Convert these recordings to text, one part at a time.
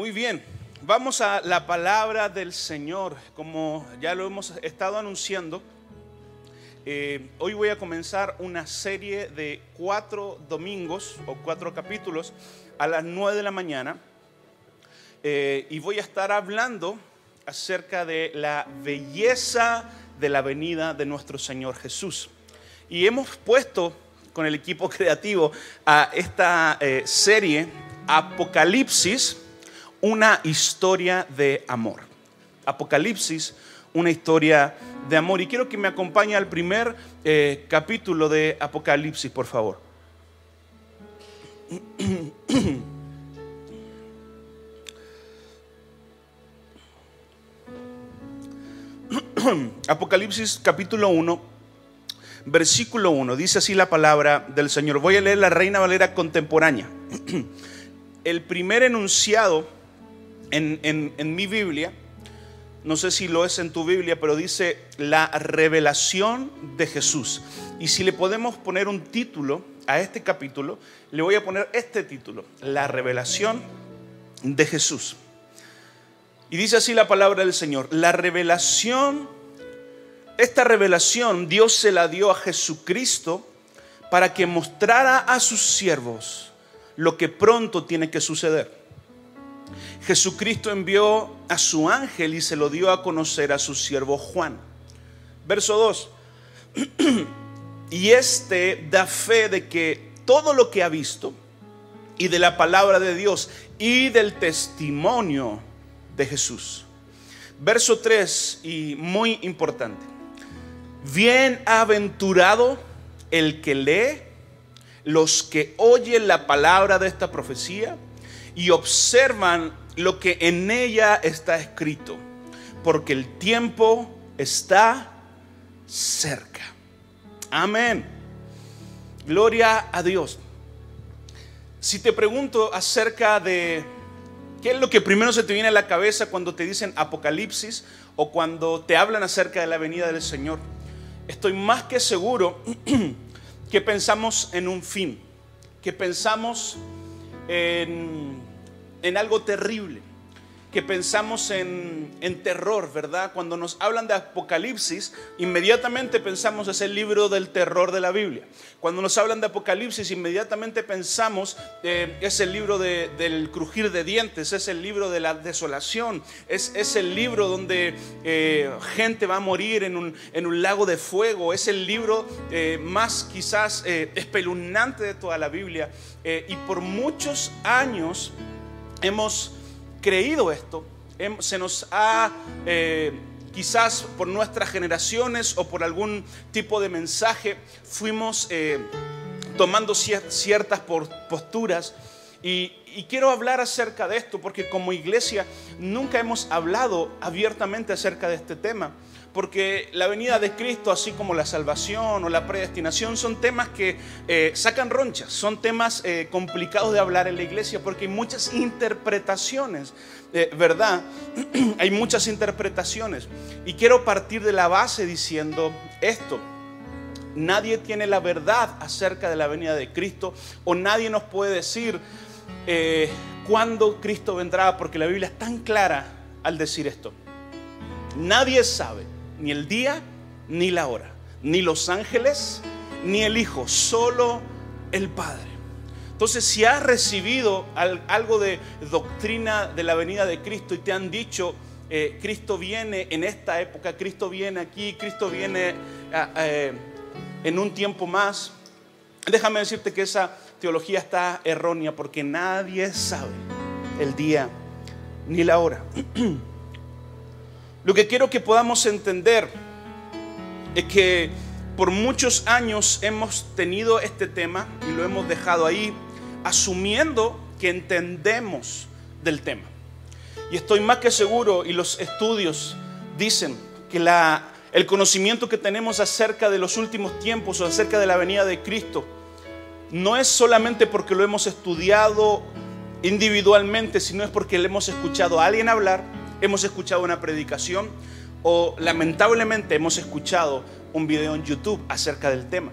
Muy bien, vamos a la palabra del Señor. Como ya lo hemos estado anunciando, hoy voy a comenzar una serie de 4 domingos o 4 capítulos a las 9 de la mañana, y voy a estar hablando acerca de la belleza de la venida de nuestro Señor Jesús. Y hemos puesto con el equipo creativo a esta serie Apocalipsis, una historia de amor. Apocalipsis, una historia de amor. Y quiero que me acompañe al primer capítulo de Apocalipsis, por favor. Apocalipsis capítulo 1, versículo 1. Dice así la palabra del Señor. Voy a leer la Reina Valera contemporánea. El primer enunciado en mi Biblia, no sé si lo es en tu Biblia, pero dice la revelación de Jesús. Y si le podemos poner un título a este capítulo, le voy a poner este título: la revelación de Jesús. Y dice así la palabra del Señor: la revelación, esta revelación Dios se la dio a Jesucristo para que mostrara a sus siervos lo que pronto tiene que suceder. Jesucristo envió a su ángel y se lo dio a conocer a su siervo Juan. Verso 2. Y este da fe de que todo lo que ha visto, y de la palabra de Dios y del testimonio de Jesús. Verso 3, y muy importante: bienaventurado el que lee, los que oyen la palabra de esta profecía y observan lo que en ella está escrito, porque el tiempo está cerca. Amén. Gloria a Dios. Si te pregunto acerca de qué es lo que primero se te viene a la cabeza cuando te dicen Apocalipsis o cuando te hablan acerca de la venida del Señor, estoy más que seguro que pensamos en un fin, que pensamos en algo terrible, que pensamos en terror, ¿verdad? Cuando nos hablan de Apocalipsis, inmediatamente pensamos es el libro del terror de la Biblia. Cuando nos hablan de Apocalipsis, inmediatamente pensamos es el libro del crujir de dientes, es el libro de la desolación, es el libro donde gente va a morir en un lago de fuego, es el libro más quizás espeluznante de toda la Biblia. Y por muchos años hemos creído esto, se nos ha quizás por nuestras generaciones o por algún tipo de mensaje fuimos tomando ciertas posturas, y quiero hablar acerca de esto porque como iglesia nunca hemos hablado abiertamente acerca de este tema, porque la venida de Cristo, así como la salvación o la predestinación, son temas que sacan ronchas, son temas complicados de hablar en la iglesia porque hay muchas interpretaciones, ¿verdad? Hay muchas interpretaciones, y quiero partir de la base diciendo esto: nadie tiene la verdad acerca de la venida de Cristo, o nadie nos puede decir cuándo Cristo vendrá, porque la Biblia es tan clara al decir esto. Nadie sabe ni el día ni la hora, ni los ángeles ni el Hijo, solo el Padre. Entonces, si has recibido algo de doctrina de la venida de Cristo y te han dicho Cristo viene en esta época, Cristo viene aquí, Cristo viene en un tiempo más, déjame decirte que esa teología está errónea, porque nadie sabe el día ni la hora. Lo que quiero que podamos entender es que por muchos años hemos tenido este tema y lo hemos dejado ahí, asumiendo que entendemos del tema. Y estoy más que seguro, y los estudios dicen que el conocimiento que tenemos acerca de los últimos tiempos o acerca de la venida de Cristo no es solamente porque lo hemos estudiado individualmente, sino es porque le hemos escuchado a alguien hablar, hemos escuchado una predicación, o lamentablemente hemos escuchado un video en YouTube acerca del tema.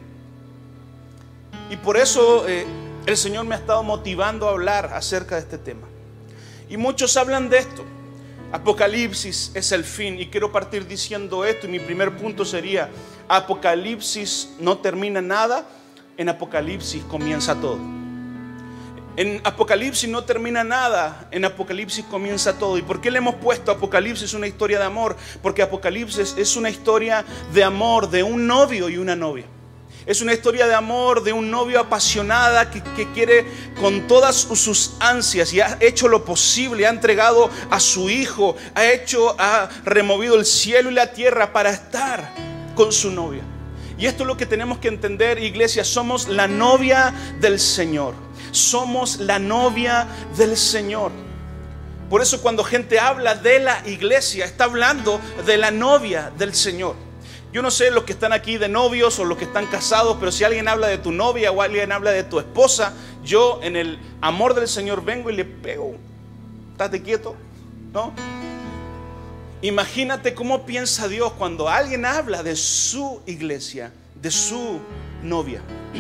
Y por eso el Señor me ha estado motivando a hablar acerca de este tema. Y muchos hablan de esto. Apocalipsis es el fin. Y quiero partir diciendo esto. Y mi primer punto sería: Apocalipsis no termina nada. En Apocalipsis comienza todo. En Apocalipsis no termina nada. En Apocalipsis comienza todo. ¿Y por qué le hemos puesto Apocalipsis una historia de amor? Porque Apocalipsis es una historia de amor de un novio y una novia. Es una historia de amor de un novio apasionada que quiere con todas sus ansias y ha hecho lo posible, ha entregado a su hijo, ha removido el cielo y la tierra para estar con su novia. Y esto es lo que tenemos que entender, iglesia: somos la novia del Señor. Somos la novia del Señor. Por eso cuando gente habla de la iglesia, está hablando de la novia del Señor. Yo no sé los que están aquí de novios o los que están casados, pero si alguien habla de tu novia o alguien habla de tu esposa, yo en el amor del Señor vengo y le pego. Estate quieto, ¿no? Imagínate cómo piensa Dios cuando alguien habla de su iglesia, de su novia.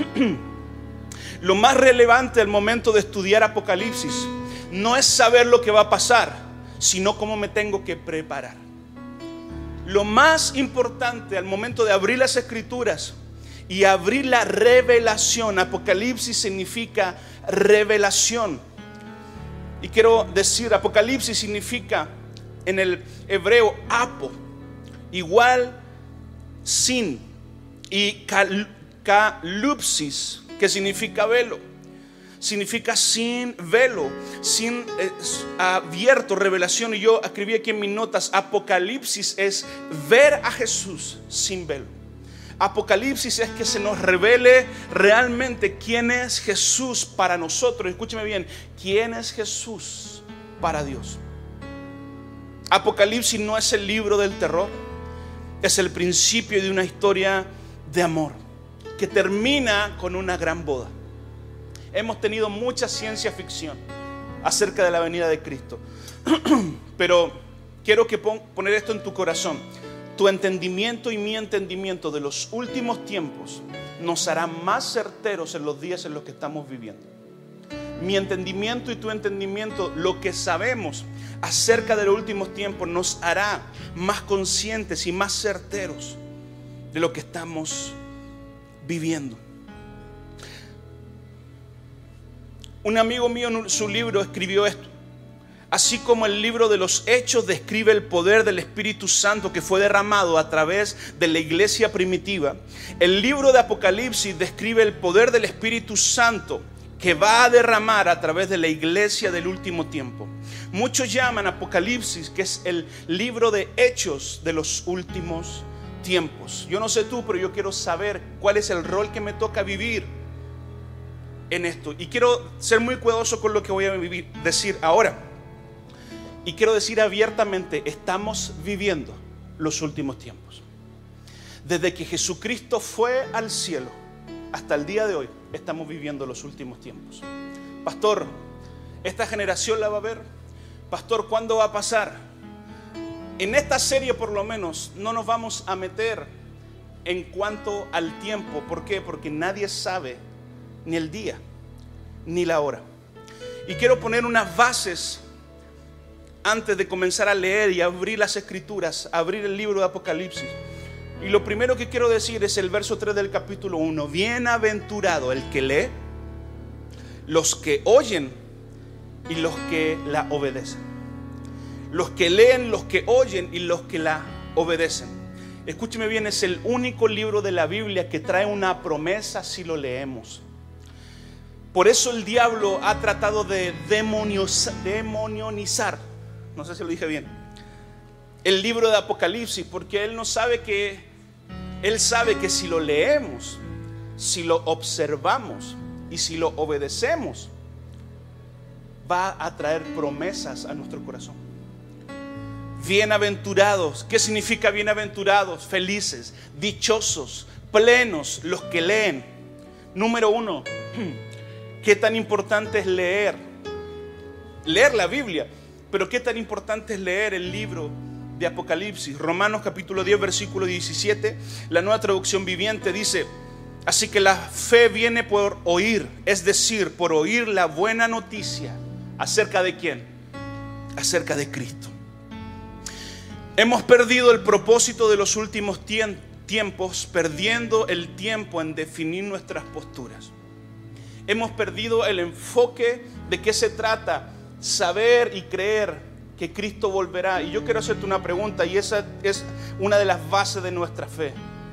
Lo más relevante al momento de estudiar Apocalipsis no es saber lo que va a pasar, sino cómo me tengo que preparar. Lo más importante al momento de abrir las Escrituras y abrir la revelación, Apocalipsis significa revelación. Y quiero decir, Apocalipsis significa en el hebreo apo, igual sin, y kalupsis, que significa velo. Significa sin velo, sin abierto, revelación. Y yo escribí aquí en mis notas: Apocalipsis es ver a Jesús sin velo. Apocalipsis es que se nos revele realmente quién es Jesús para nosotros. Escúcheme bien: quién es Jesús para Dios. Apocalipsis no es el libro del terror, es el principio de una historia de amor que termina con una gran boda. Hemos tenido mucha ciencia ficción acerca de la venida de Cristo, pero quiero que poner esto en tu corazón. Tu entendimiento y mi entendimiento de los últimos tiempos nos hará más certeros en los días en los que estamos viviendo. Mi entendimiento y tu entendimiento, lo que sabemos acerca de los últimos tiempos, nos hará más conscientes y más certeros de lo que estamos viviendo. Un amigo mío en su libro escribió esto: así como el libro de los Hechos describe el poder del Espíritu Santo que fue derramado a través de la iglesia primitiva, el libro de Apocalipsis describe el poder del Espíritu Santo que va a derramar a través de la iglesia del último tiempo. Muchos llaman Apocalipsis que es el libro de Hechos de los últimos tiempos. Yo no sé tú, pero yo quiero saber cuál es el rol que me toca vivir en esto. Y quiero ser muy cuidadoso con lo que voy a decir ahora. Y quiero decir abiertamente: estamos viviendo los últimos tiempos. Desde que Jesucristo fue al cielo hasta el día de hoy, estamos viviendo los últimos tiempos. Pastor, ¿esta generación la va a ver? Pastor, ¿cuándo va a pasar? En esta serie por lo menos no nos vamos a meter en cuanto al tiempo. ¿Por qué? Porque nadie sabe ni el día ni la hora. Y quiero poner unas bases antes de comenzar a leer y abrir las Escrituras, abrir el libro de Apocalipsis. Y lo primero que quiero decir es el verso 3 del capítulo 1. Bienaventurado el que lee, los que oyen y los que la obedecen. Los que leen, los que oyen y los que la obedecen. Escúcheme bien, es el único libro de la Biblia que trae una promesa si lo leemos. Por eso el diablo ha tratado de demonionizar, no sé si lo dije bien, el libro de Apocalipsis, porque él sabe que si lo leemos, si lo observamos y si lo obedecemos, va a traer promesas a nuestro corazón. Bienaventurados, ¿qué significa bienaventurados? Felices, dichosos, plenos los que leen. Número 1, ¿qué tan importante es leer la Biblia? Pero ¿qué tan importante es leer el libro de Apocalipsis? Romanos capítulo 10 versículo 17, la Nueva Traducción Viviente dice: así que la fe viene por oír, es decir, por oír la buena noticia. ¿Acerca de quién? acerca de Cristo. Hemos perdido el propósito de los últimos tiempos, perdiendo el tiempo en definir nuestras posturas. Hemos perdido el enfoque de qué se trata, saber y creer que Cristo volverá. Y yo quiero hacerte una pregunta, y esa es una de las bases de nuestra fe.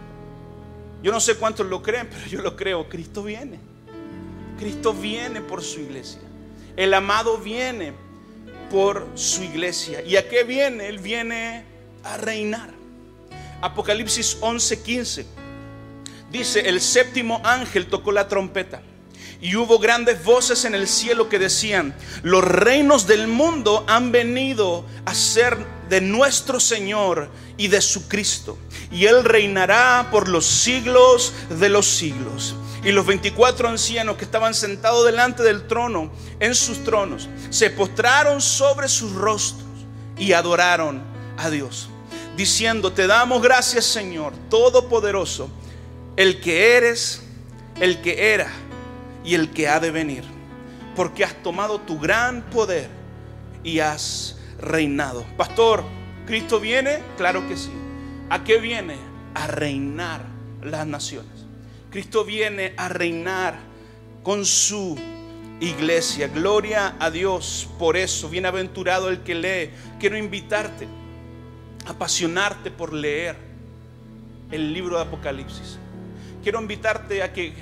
Yo no sé cuántos lo creen, pero yo lo creo. Cristo viene. Cristo viene por su iglesia. El amado viene por su iglesia. ¿Y a qué viene? Él viene a reinar. Apocalipsis 11:15 dice: el séptimo ángel tocó la trompeta, y hubo grandes voces en el cielo que decían: los reinos del mundo han venido a ser de nuestro Señor y de su Cristo, y Él reinará por los siglos de los siglos. Y los 24 ancianos que estaban sentados delante del trono, en sus tronos, se postraron sobre sus rostros y adoraron a Dios, diciendo: te damos gracias, Señor Todopoderoso, el que eres, el que era y el que ha de venir, porque has tomado tu gran poder y has reinado. Pastor, ¿Cristo viene? Claro que sí. ¿A qué viene? A reinar las naciones. Cristo viene a reinar con su iglesia. Gloria a Dios por eso. Bienaventurado el que lee. Quiero invitarte a apasionarte por leer el libro de Apocalipsis. Quiero invitarte a que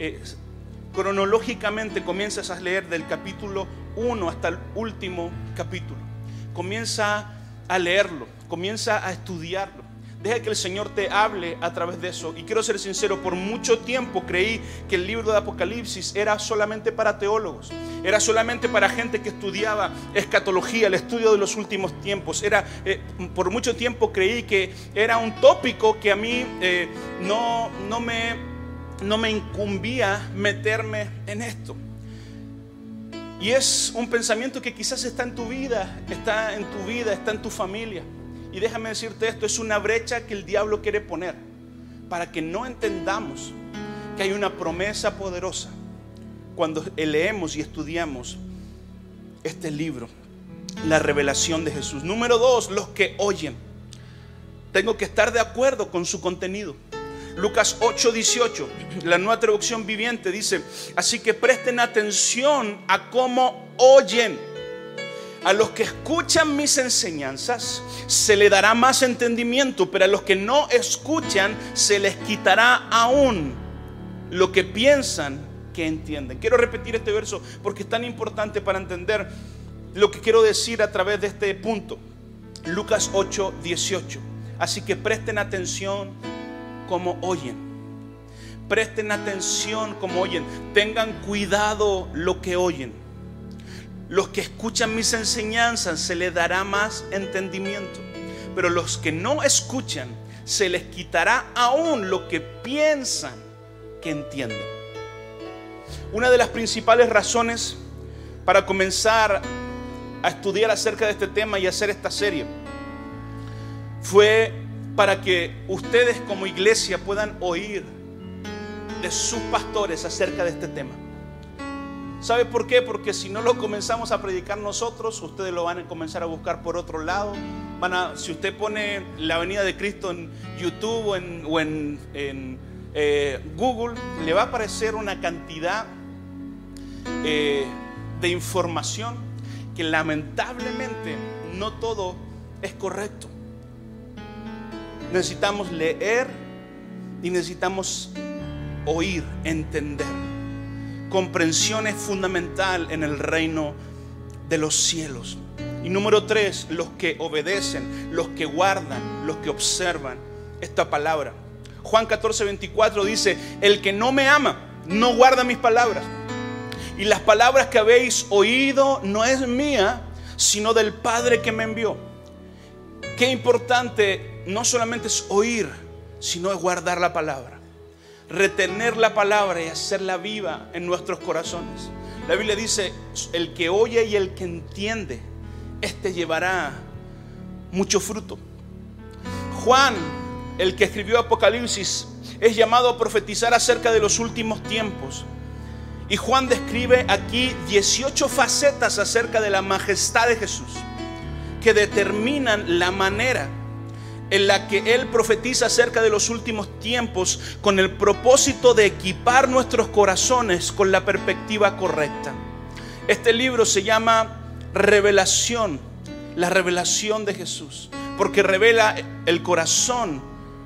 cronológicamente comiences a leer del capítulo 1 hasta el último capítulo. Comienza a leerlo, comienza a estudiarlo. Deja que el Señor te hable a través de eso. Y quiero ser sincero, por mucho tiempo creí que el libro de Apocalipsis era solamente para teólogos, era solamente para gente que estudiaba escatología, el estudio de los últimos tiempos. Por mucho tiempo creí que era un tópico que a mí no me incumbía meterme en esto. Y es un pensamiento que quizás está en tu vida, está en tu familia. Y déjame decirte esto, es una brecha que el diablo quiere poner para que no entendamos que hay una promesa poderosa cuando leemos y estudiamos este libro, la revelación de Jesús. Número 2, los que oyen. Tengo que estar de acuerdo con su contenido. Lucas 8:18, la Nueva Traducción Viviente dice: así que presten atención a cómo oyen. A los que escuchan mis enseñanzas se le dará más entendimiento, pero a los que no escuchan se les quitará aún lo que piensan que entienden. Quiero repetir este verso porque es tan importante para entender lo que quiero decir a través de este punto. Lucas 8:18. Así que presten atención como oyen. Presten atención como oyen. Tengan cuidado lo que oyen. Los que escuchan mis enseñanzas se les dará más entendimiento, pero los que no escuchan se les quitará aún lo que piensan que entienden. Una de las principales razones para comenzar a estudiar acerca de este tema y hacer esta serie fue para que ustedes como iglesia puedan oír de sus pastores acerca de este tema. ¿Sabe por qué? Porque si no lo comenzamos a predicar nosotros, ustedes lo van a comenzar a buscar por otro lado. Si usted pone la Avenida de Cristo en YouTube o en Google, le va a aparecer una cantidad de información que lamentablemente no todo es correcto. Necesitamos leer y necesitamos oír, entender. Comprensión es fundamental en el reino de los cielos. Y número 3, los que obedecen, los que guardan, los que observan esta palabra. Juan 14:24 dice: el que no me ama no guarda mis palabras, y las palabras que habéis oído no es mía, sino del Padre que me envió. Qué importante no solamente es oír, sino es guardar la palabra. Retener la palabra y hacerla viva en nuestros corazones. La Biblia dice: el que oye y el que entiende, este llevará mucho fruto. Juan, el que escribió Apocalipsis, es llamado a profetizar acerca de los últimos tiempos. Y Juan describe aquí 18 facetas acerca de la majestad de Jesús. que determinan la manera en la que Él profetiza acerca de los últimos tiempos, con el propósito de equipar nuestros corazones con la perspectiva correcta. Este libro se llama Revelación, la revelación de Jesús, porque revela el corazón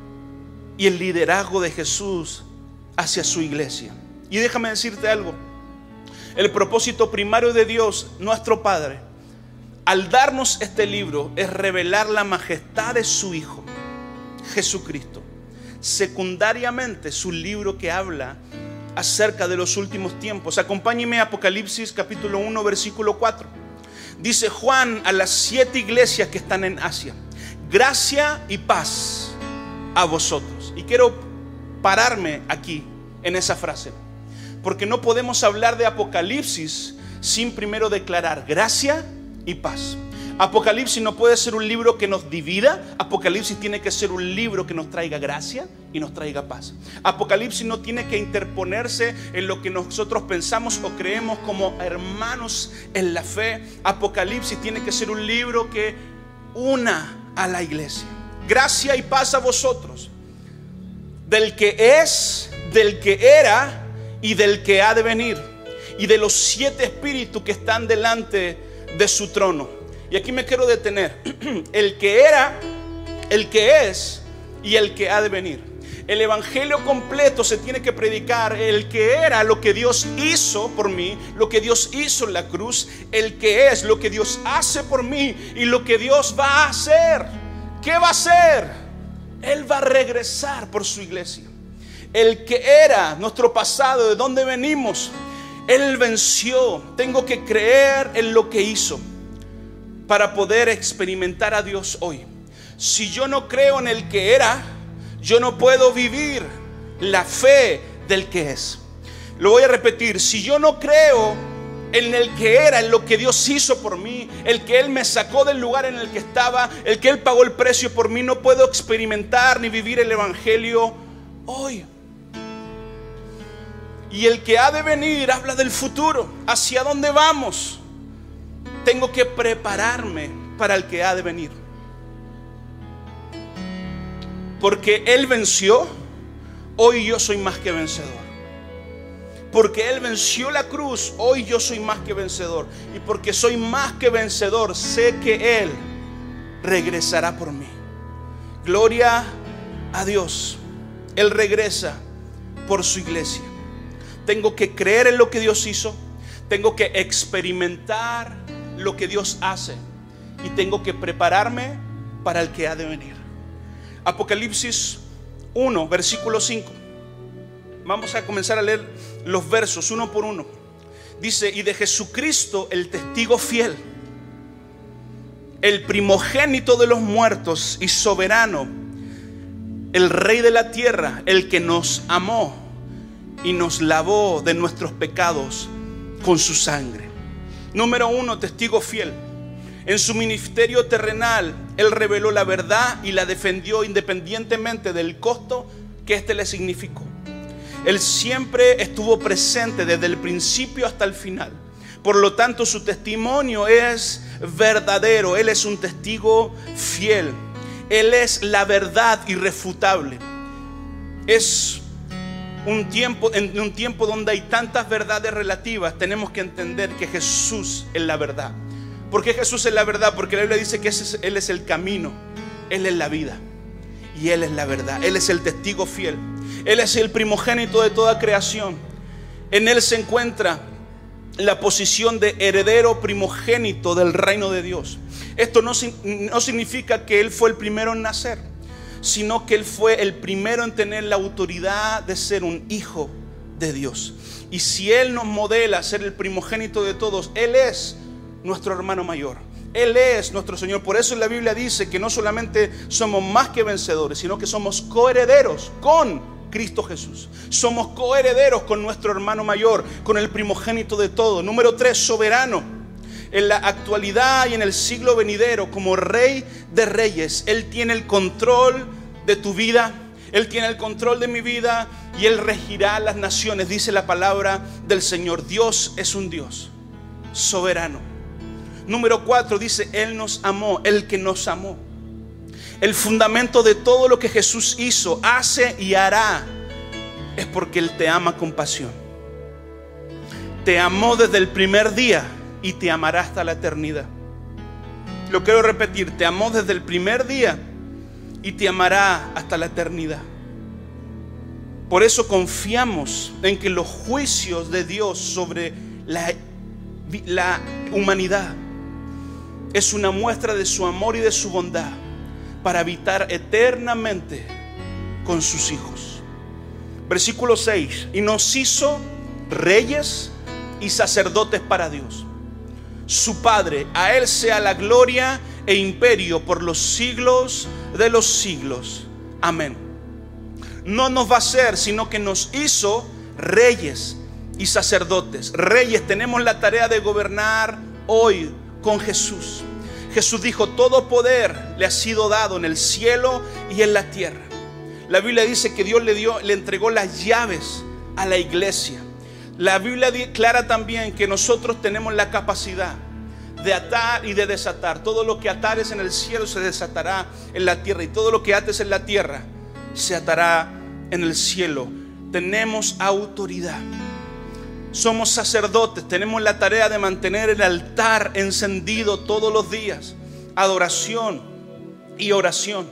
y el liderazgo de Jesús hacia su iglesia. Y déjame decirte algo: el propósito primario de Dios, nuestro Padre, al darnos este libro, es revelar la majestad de su Hijo, Jesucristo. Secundariamente, es un libro que habla acerca de los últimos tiempos. Acompáñeme a Apocalipsis capítulo 1, versículo 4. Dice Juan a las 7 iglesias que están en Asia: gracia y paz a vosotros. Y quiero pararme aquí en esa frase, porque no podemos hablar de Apocalipsis sin primero declarar gracia y paz. Apocalipsis no puede ser un libro que nos divida. Apocalipsis tiene que ser un libro que nos traiga gracia y nos traiga paz. Apocalipsis no tiene que interponerse en lo que nosotros pensamos o creemos como hermanos en la fe. Apocalipsis tiene que ser un libro que una a la iglesia. Gracia y paz a vosotros, del que es, del que era y del que ha de venir, y de los 7 espíritus que están delante de su trono. Y aquí me quiero detener. El que era, el que es y el que ha de venir. El evangelio completo se tiene que predicar. El que era, lo que Dios hizo por mí, lo que Dios hizo en la cruz. El que es, lo que Dios hace por mí y lo que Dios va a hacer. ¿Qué va a hacer? Él va a regresar por su iglesia. El que era, nuestro pasado, de dónde venimos, Él venció. Tengo que creer en lo que hizo para poder experimentar a Dios hoy. Si yo no creo en el que era, yo no puedo vivir la fe del que es. Lo voy a repetir: si yo no creo en el que era, en lo que Dios hizo por mí, el que Él me sacó del lugar en el que estaba, el que Él pagó el precio por mí, no puedo experimentar ni vivir el evangelio hoy. Y el que ha de venir habla del futuro, hacia dónde vamos. Tengo que prepararme para el que ha de venir, porque Él venció. Hoy yo soy más que vencedor. Porque Él venció la cruz, hoy yo soy más que vencedor. Y porque soy más que vencedor, sé que Él regresará por mí. Gloria a Dios. Él regresa por su iglesia. Tengo que creer en lo que Dios hizo. Tengo que experimentar lo que Dios hace. Y tengo que prepararme para el que ha de venir. Apocalipsis 1, versículo 5. Vamos a comenzar a leer los versos uno por uno. Dice: y de Jesucristo, el testigo fiel, el primogénito de los muertos y soberano, el Rey de la tierra, el que nos amó y nos lavó de nuestros pecados con su sangre. Número 1, testigo fiel. En su ministerio terrenal, Él reveló la verdad y la defendió independientemente del costo que éste le significó. Él siempre estuvo presente desde el principio hasta el final. Por lo tanto, su testimonio es verdadero. Él es un testigo fiel. Él es la verdad irrefutable. Es en un tiempo donde hay tantas verdades relativas, tenemos que entender que Jesús es la verdad. ¿Por qué Jesús es la verdad? Porque la Biblia dice que Él es el camino, Él es la vida y Él es la verdad. Él es el testigo fiel. Él es el primogénito de toda creación. En Él se encuentra la posición de heredero primogénito del reino de Dios. Esto no significa que Él fue el primero en nacer, sino que Él fue el primero en tener la autoridad de ser un hijo de Dios. Y si Él nos modela ser el primogénito de todos, Él es nuestro hermano mayor. Él es nuestro Señor. Por eso la Biblia dice que no solamente somos más que vencedores, sino que somos coherederos con Cristo Jesús. Somos coherederos con nuestro hermano mayor, con el primogénito de todo. Número 3, soberano. En la actualidad y en el siglo venidero, como Rey de Reyes, Él tiene el control de tu vida. Él tiene el control de mi vida y Él regirá las naciones. Dice la palabra del Señor. Dios es un Dios soberano. Número 4 dice, Él nos amó, el que nos amó. El fundamento de todo lo que Jesús hizo, hace y hará es porque Él te ama con pasión. Te amó desde el primer día y te amará hasta la eternidad. Lo quiero repetir, te amó desde el primer día y te amará hasta la eternidad. Por eso confiamos en que los juicios de Dios sobre la humanidad es una muestra de su amor y de su bondad para habitar eternamente con sus hijos. Versículo 6. Y nos hizo reyes y sacerdotes para Dios, su Padre. A Él sea la gloria e imperio por los siglos de los siglos. Amén. No nos va a hacer, sino que nos hizo reyes y sacerdotes. Reyes, tenemos la tarea de gobernar hoy con Jesús. Jesús dijo, todo poder le ha sido dado en el cielo y en la tierra. La Biblia dice que Dios le entregó las llaves a la iglesia. La Biblia declara también que nosotros tenemos la capacidad de atar y de desatar. Todo lo que atares en el cielo se desatará en la tierra, y todo lo que ates en la tierra se atará en el cielo. Tenemos autoridad. Somos sacerdotes, tenemos la tarea de mantener el altar encendido todos los días, adoración y oración,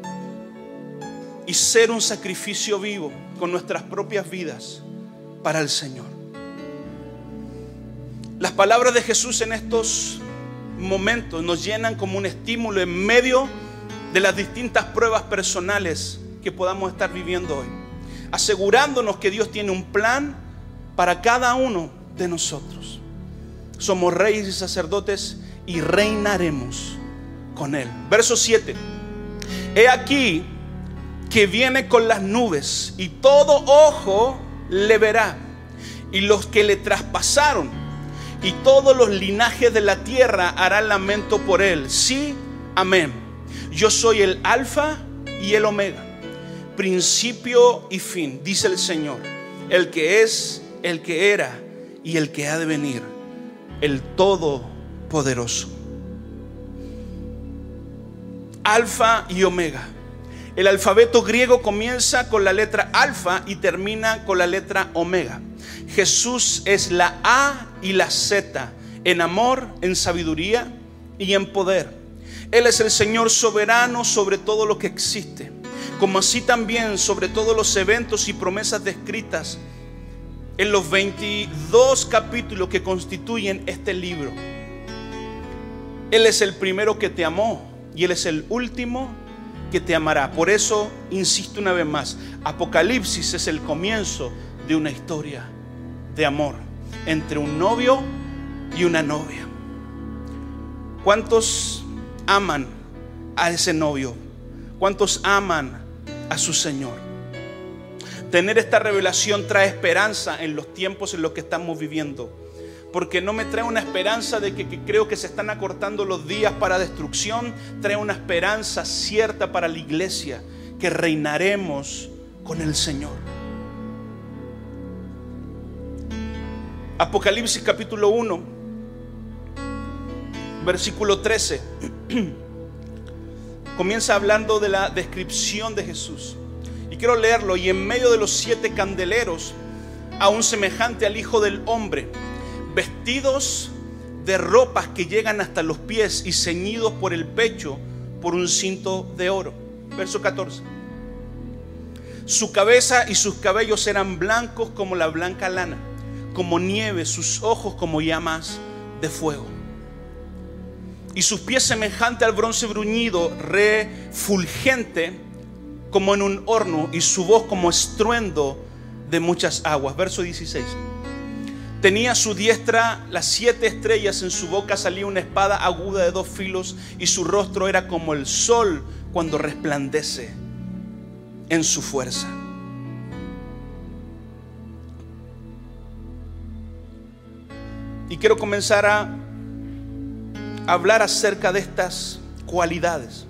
y ser un sacrificio vivo con nuestras propias vidas para el Señor. Las palabras de Jesús en estos momentos nos llenan como un estímulo en medio de las distintas pruebas personales que podamos estar viviendo hoy, asegurándonos que Dios tiene un plan para cada uno de nosotros. Somos reyes y sacerdotes y reinaremos con Él. Verso 7. He aquí que viene con las nubes y todo ojo le verá, y los que le traspasaron y todos los linajes de la tierra harán lamento por Él. Sí, amén. Yo soy el alfa y el omega, principio y fin, dice el Señor, el que es, el que era y el que ha de venir, el Todopoderoso. Alfa y omega. El alfabeto griego comienza con la letra alfa y termina con la letra omega. Jesús es la A y la Z, en amor, en sabiduría y en poder. Él es el Señor soberano sobre todo lo que existe, como así también sobre todos los eventos y promesas descritas en los 22 capítulos que constituyen este libro. Él es el primero que te amó y Él es el último que te amará. Por eso, insisto una vez más, Apocalipsis es el comienzo de una historia de amor entre un novio y una novia. ¿Cuántos aman a ese novio? ¿Cuántos aman a su Señor? Tener esta revelación trae esperanza en los tiempos en los que estamos viviendo, porque no me trae una esperanza de que creo que se están acortando los días para destrucción. Trae una esperanza cierta para la iglesia, que reinaremos con el Señor. Apocalipsis capítulo 1, versículo 13 comienza hablando de la descripción de Jesús. Y quiero leerlo. Y en medio de los 7 candeleros, a un semejante al Hijo del Hombre, vestidos de ropas que llegan hasta los pies y ceñidos por el pecho por un cinto de oro. Verso 14. Su cabeza y sus cabellos eran blancos como la blanca lana, como nieve, sus ojos como llamas de fuego, y sus pies semejante al bronce bruñido, refulgente como en un horno, y su voz como estruendo de muchas aguas. Verso 16. Tenía a su diestra las 7 estrellas, en su boca salía una espada aguda de 2 filos, y su rostro era como el sol cuando resplandece en su fuerza. Y quiero comenzar a hablar acerca de estas cualidades.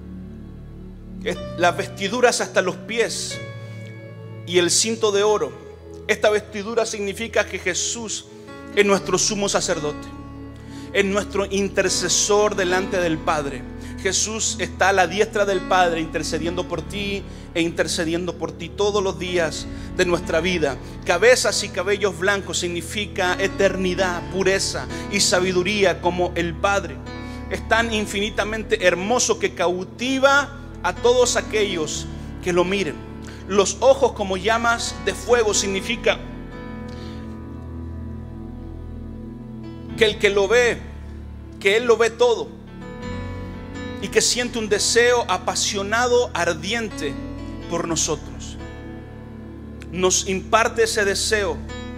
Las vestiduras hasta los pies y el cinto de oro. Esta vestidura significa que Jesús es nuestro sumo sacerdote. es nuestro intercesor delante del Padre. Jesús está a la diestra del Padre intercediendo por ti e intercediendo por ti todos los días de nuestra vida. Cabezas y cabellos blancos significa eternidad, pureza y sabiduría como el Padre. Es tan infinitamente hermoso que cautiva a todos aquellos que lo miren. Los ojos como llamas de fuego significa que el que lo ve, que Él lo ve todo, y que siente un deseo apasionado, ardiente por nosotros. Nos imparte ese deseo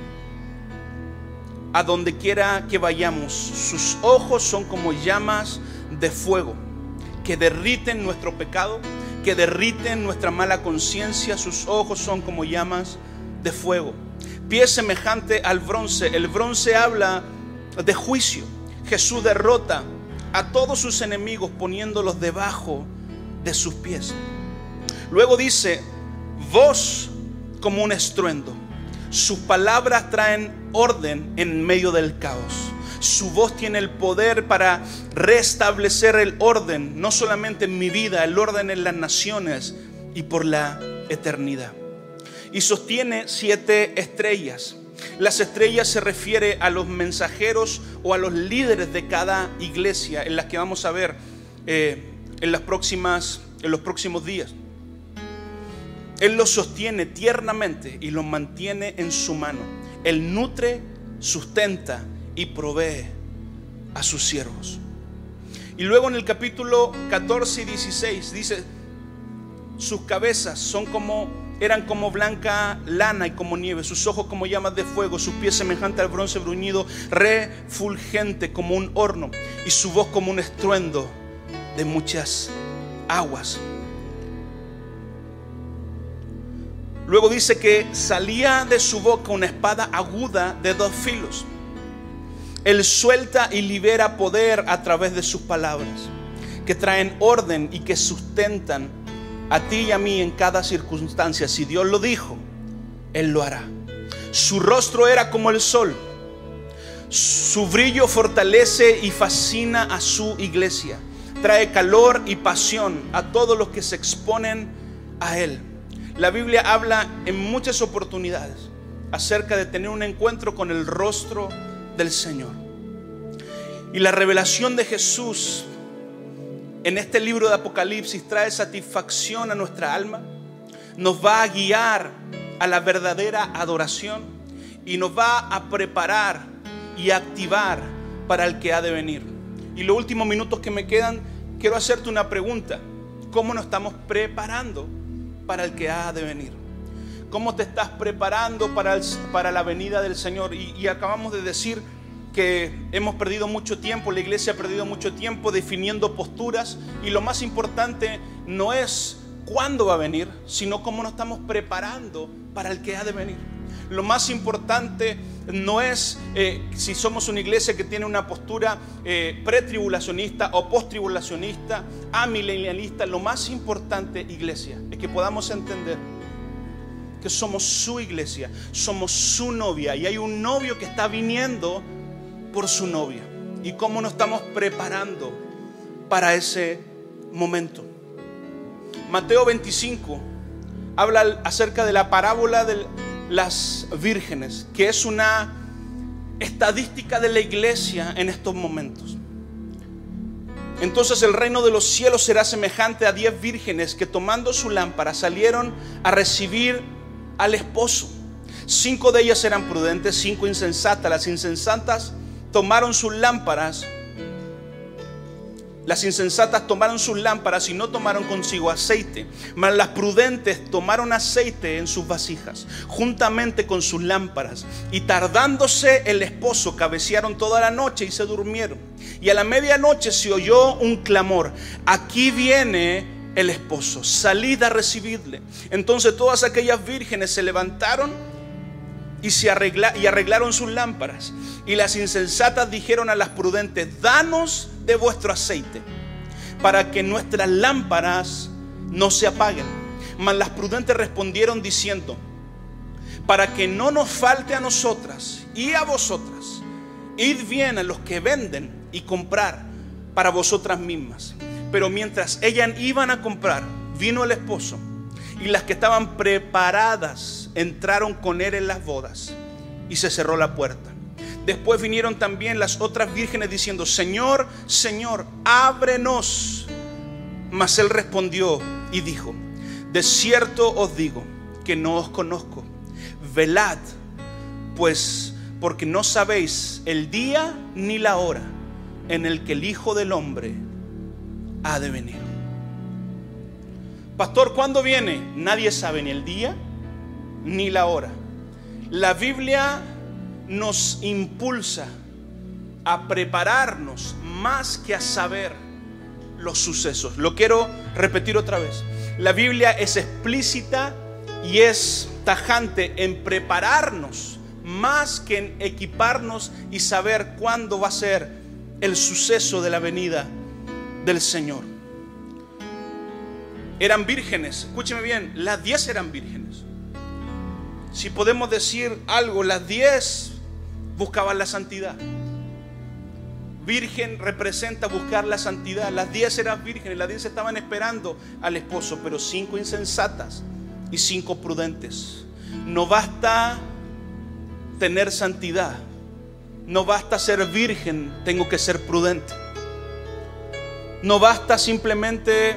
a donde quiera que vayamos. Sus ojos son como llamas de fuego que derriten nuestro pecado, que derriten nuestra mala conciencia. Sus ojos son como llamas de fuego. Pies semejante al bronce. El bronce habla de juicio. Jesús derrota a todos sus enemigos poniéndolos debajo de sus pies. Luego dice, voz como un estruendo. Sus palabras traen orden en medio del caos. Su voz tiene el poder para restablecer el orden, no solamente en mi vida, el orden en las naciones y por la eternidad. Y sostiene 7 estrellas. Las estrellas se refiere a los mensajeros o a los líderes de cada iglesia en las que vamos a ver en los próximos días. Él los sostiene tiernamente y los mantiene en su mano. Él nutre, sustenta y provee a sus siervos. Y luego en el capítulo 14 y 16 dice, sus cabezas eran como blanca lana y como nieve, sus ojos como llamas de fuego, sus pies semejantes al bronce bruñido, refulgente como un horno, y su voz como un estruendo de muchas aguas. Luego dice que salía de su boca una espada aguda de 2 filos. Él suelta y libera poder a través de sus palabras, que traen orden y que sustentan a ti y a mí en cada circunstancia. Si Dios lo dijo, Él lo hará. Su rostro era como el sol. Su brillo fortalece y fascina a su iglesia. Trae calor y pasión a todos los que se exponen a Él. La Biblia habla en muchas oportunidades acerca de tener un encuentro con el rostro del Señor. Y la revelación de Jesús en este libro de Apocalipsis trae satisfacción a nuestra alma, nos va a guiar a la verdadera adoración y nos va a preparar y activar para el que ha de venir. Y los últimos minutos que me quedan, quiero hacerte una pregunta: ¿cómo nos estamos preparando para el que ha de venir? ¿Cómo te estás preparando para la venida del Señor? Y acabamos de decir que hemos perdido mucho tiempo, la iglesia ha perdido mucho tiempo definiendo posturas, y lo más importante no es cuándo va a venir, sino cómo nos estamos preparando para el que ha de venir. Lo más importante no es si somos una iglesia que tiene una postura pretribulacionista o posttribulacionista, amilenialista. Lo más importante, iglesia, es que podamos entender que somos su iglesia, somos su novia, y hay un novio que está viniendo por su novia. Y cómo nos estamos preparando para ese momento. Mateo 25 habla acerca de la parábola de las vírgenes, que es una estadística de la iglesia en estos momentos. Entonces el reino de los cielos será semejante a 10 vírgenes que, tomando su lámpara, salieron a recibir al esposo. 5 de ellas eran prudentes, 5 insensatas. Las insensatas tomaron sus lámparas. Las insensatas tomaron sus lámparas y no tomaron consigo aceite, mas las prudentes tomaron aceite en sus vasijas, juntamente con sus lámparas. Y tardándose el esposo, cabecearon toda la noche y se durmieron. Y a la medianoche se oyó un clamor: aquí viene el esposo, salid a recibirle. Entonces todas aquellas vírgenes se levantaron y arreglaron sus lámparas. Y las insensatas dijeron a las prudentes: danos de vuestro aceite, para que nuestras lámparas no se apaguen. Mas las prudentes respondieron diciendo: para que no nos falte a nosotras y a vosotras id bien a los que venden y comprar para vosotras mismas. Pero mientras ellas iban a comprar, vino el esposo, y las que estaban preparadas entraron con él en las bodas, y se cerró la puerta. Después vinieron también las otras vírgenes diciendo: Señor, Señor, ábrenos. Mas él respondió y dijo: de cierto os digo que no os conozco. Velad, pues, porque no sabéis el día ni la hora en el que el Hijo del Hombre ha de venir. Pastor, ¿cuándo viene? Nadie sabe ni el día ni la hora. La Biblia nos impulsa a prepararnos más que a saber los sucesos. Lo quiero repetir otra vez. La Biblia es explícita y es tajante en prepararnos más que en equiparnos y saber cuándo va a ser el suceso de la venida del Señor. Eran vírgenes, escúcheme bien, las 10 eran vírgenes. Si podemos decir algo, las 10 buscaban la santidad. Virgen representa buscar la santidad. Las 10 eran vírgenes, las 10 estaban esperando al esposo, pero 5 insensatas y 5 prudentes. No basta tener santidad, no basta ser virgen, tengo que ser prudente. No basta simplemente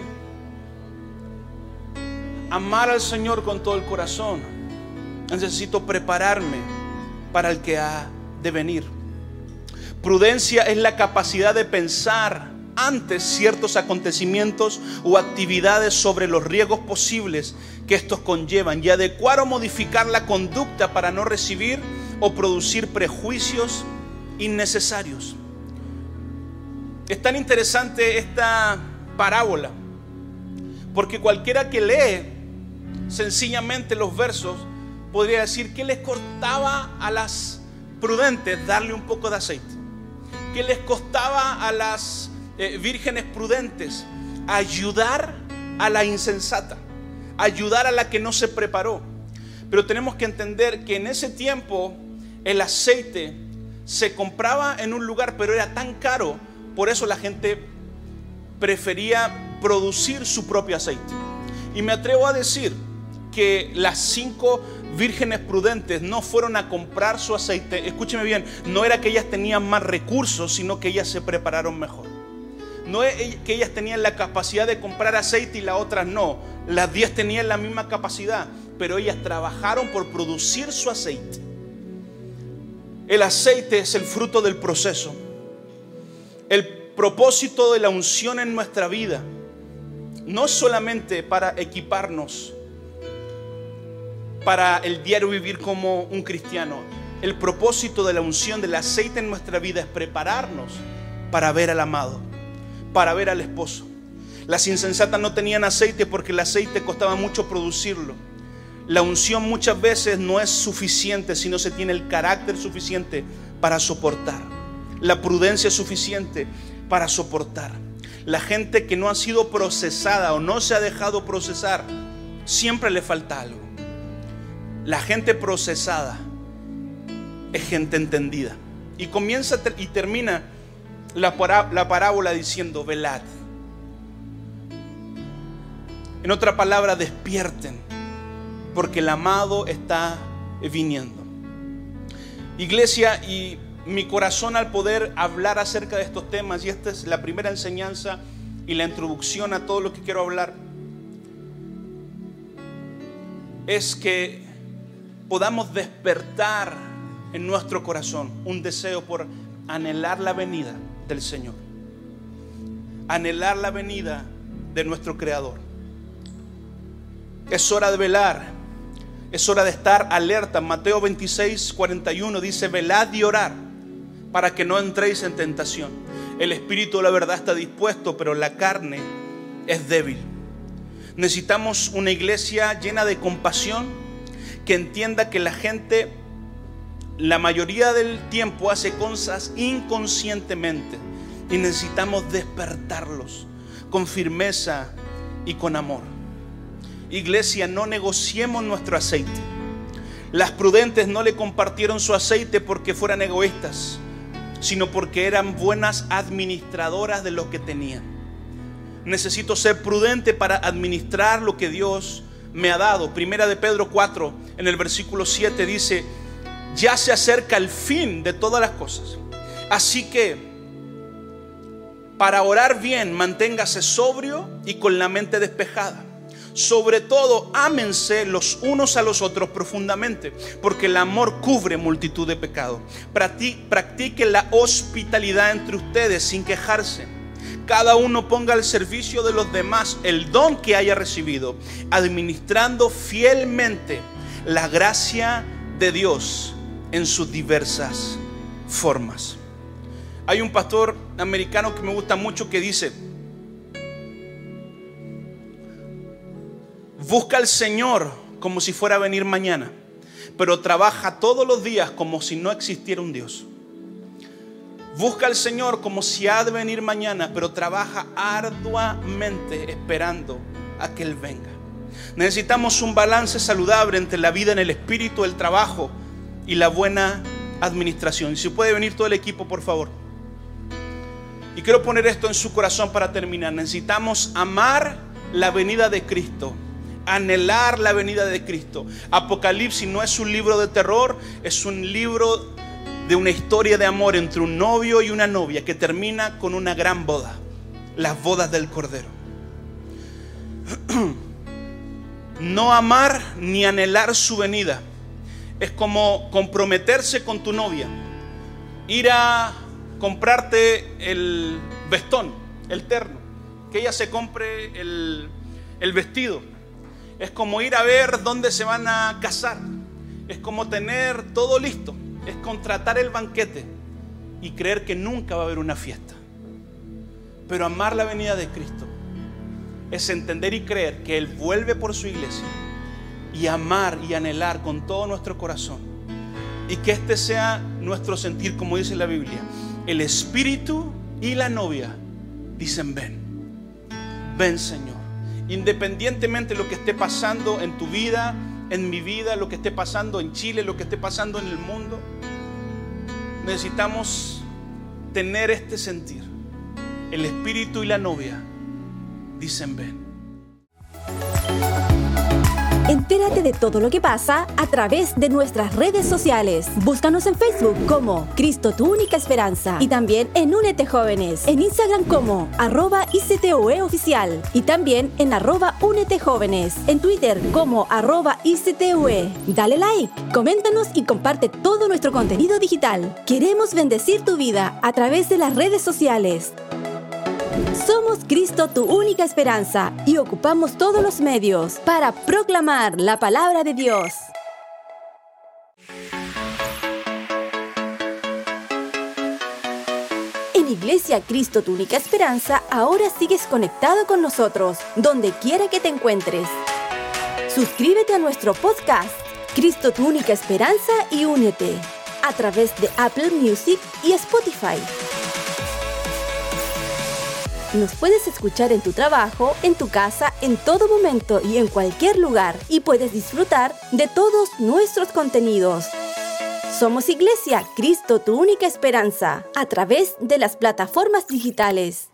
amar al Señor con todo el corazón. Necesito prepararme para el que ha de venir. Prudencia es la capacidad de pensar antes ciertos acontecimientos o actividades sobre los riesgos posibles que estos conllevan y adecuar o modificar la conducta para no recibir o producir prejuicios innecesarios. Es tan interesante esta parábola porque cualquiera que lee sencillamente los versos podría decir: ¿qué les costaba a las prudentes darle un poco de aceite? ¿Qué les costaba a las vírgenes prudentes ayudar a la insensata, ayudar a la que no se preparó? Pero tenemos que entender que en ese tiempo el aceite se compraba en un lugar, pero era tan caro, por eso la gente prefería producir su propio aceite. Y me atrevo a decir que las 5 vírgenes prudentes no fueron a comprar su aceite. Escúcheme bien, no era que ellas tenían más recursos, sino que ellas se prepararon mejor. No es que ellas tenían la capacidad de comprar aceite y las otras no. Las 10 tenían la misma capacidad, pero ellas trabajaron por producir su aceite. El aceite es el fruto del proceso. El propósito de la unción en nuestra vida no es solamente para equiparnos para el diario vivir como un cristiano. El propósito de la unción del aceite en nuestra vida es prepararnos para ver al amado, para ver al esposo. Las insensatas no tenían aceite porque el aceite costaba mucho producirlo. La unción muchas veces no es suficiente si no se tiene el carácter suficiente para soportar. La prudencia es suficiente para soportar. La gente que no ha sido procesada o no se ha dejado procesar, siempre le falta algo. La gente procesada es gente entendida. Y comienza y termina la parábola diciendo: velad. En otra palabra, despierten, porque el amado está viniendo. Iglesia, y mi corazón al poder hablar acerca de estos temas, y esta es la primera enseñanza y la introducción a todo lo que quiero hablar, es que podamos despertar en nuestro corazón un deseo por anhelar la venida del Señor, anhelar la venida de nuestro Creador. Es hora de velar, es hora de estar alerta. Mateo 26:41 dice: velad y orad para que no entréis en tentación. El espíritu de la verdad está dispuesto, pero la carne es débil. Necesitamos una iglesia llena de compasión, que entienda que la gente, la mayoría del tiempo, hace cosas inconscientemente y necesitamos despertarlos con firmeza y con amor. Iglesia, no negociemos nuestro aceite. Las prudentes no le compartieron su aceite porque fueran egoístas, sino porque eran buenas administradoras de lo que tenían. Necesito ser prudente para administrar lo que Dios me ha dado. Primera de Pedro 4, en el versículo 7 dice: ya se acerca el fin de todas las cosas. Así que, para orar bien, manténgase sobrio y con la mente despejada. Sobre todo, ámense los unos a los otros profundamente, porque el amor cubre multitud de pecados. Practiquen la hospitalidad entre ustedes sin quejarse. Cada uno ponga al servicio de los demás el don que haya recibido, administrando fielmente la gracia de Dios en sus diversas formas. Hay un pastor americano que me gusta mucho que dice: busca al Señor como si fuera a venir mañana, pero trabaja todos los días como si no existiera un Dios. Busca al Señor como si ha de venir mañana, pero trabaja arduamente esperando a que Él venga. Necesitamos un balance saludable entre la vida en el espíritu, el trabajo y la buena administración. Si puede venir todo el equipo, por favor. Y quiero poner esto en su corazón para terminar. Necesitamos amar la venida de Cristo, anhelar la venida de Cristo. Apocalipsis no es un libro de terror, es un libro de una historia de amor entre un novio y una novia que termina con una gran boda, las bodas del Cordero. No amar ni anhelar su venida es como comprometerse con tu novia, ir a comprarte el vestón, el terno, que ella se compre el vestido. Es como ir a ver dónde se van a casar. Es como tener todo listo. Es contratar el banquete y creer que nunca va a haber una fiesta. Pero amar la venida de Cristo es entender y creer que Él vuelve por su iglesia, y amar y anhelar con todo nuestro corazón, y que este sea nuestro sentir, como dice la Biblia. El espíritu y la novia dicen: ven, ven, Señor. Independientemente de lo que esté pasando en tu vida, en mi vida, lo que esté pasando en Chile, lo que esté pasando en el mundo, necesitamos tener este sentir. El espíritu y la novia dicen: ven. Entérate de todo lo que pasa a través de nuestras redes sociales. Búscanos en Facebook como Cristo tu única esperanza, y también en Únete Jóvenes, en Instagram como @ICTUEoficial, y también en @UneteJóvenes, en Twitter como @ICTUE. Dale like, coméntanos y comparte todo nuestro contenido digital. Queremos bendecir tu vida a través de las redes sociales. Somos Cristo tu única esperanza y ocupamos todos los medios para proclamar la palabra de Dios. En Iglesia Cristo tu única esperanza, ahora sigues conectado con nosotros, donde quiera que te encuentres. Suscríbete a nuestro podcast, Cristo tu única esperanza, y únete a través de Apple Music y Spotify. Nos puedes escuchar en tu trabajo, en tu casa, en todo momento y en cualquier lugar, y puedes disfrutar de todos nuestros contenidos. Somos Iglesia Cristo tu única esperanza, a través de las plataformas digitales.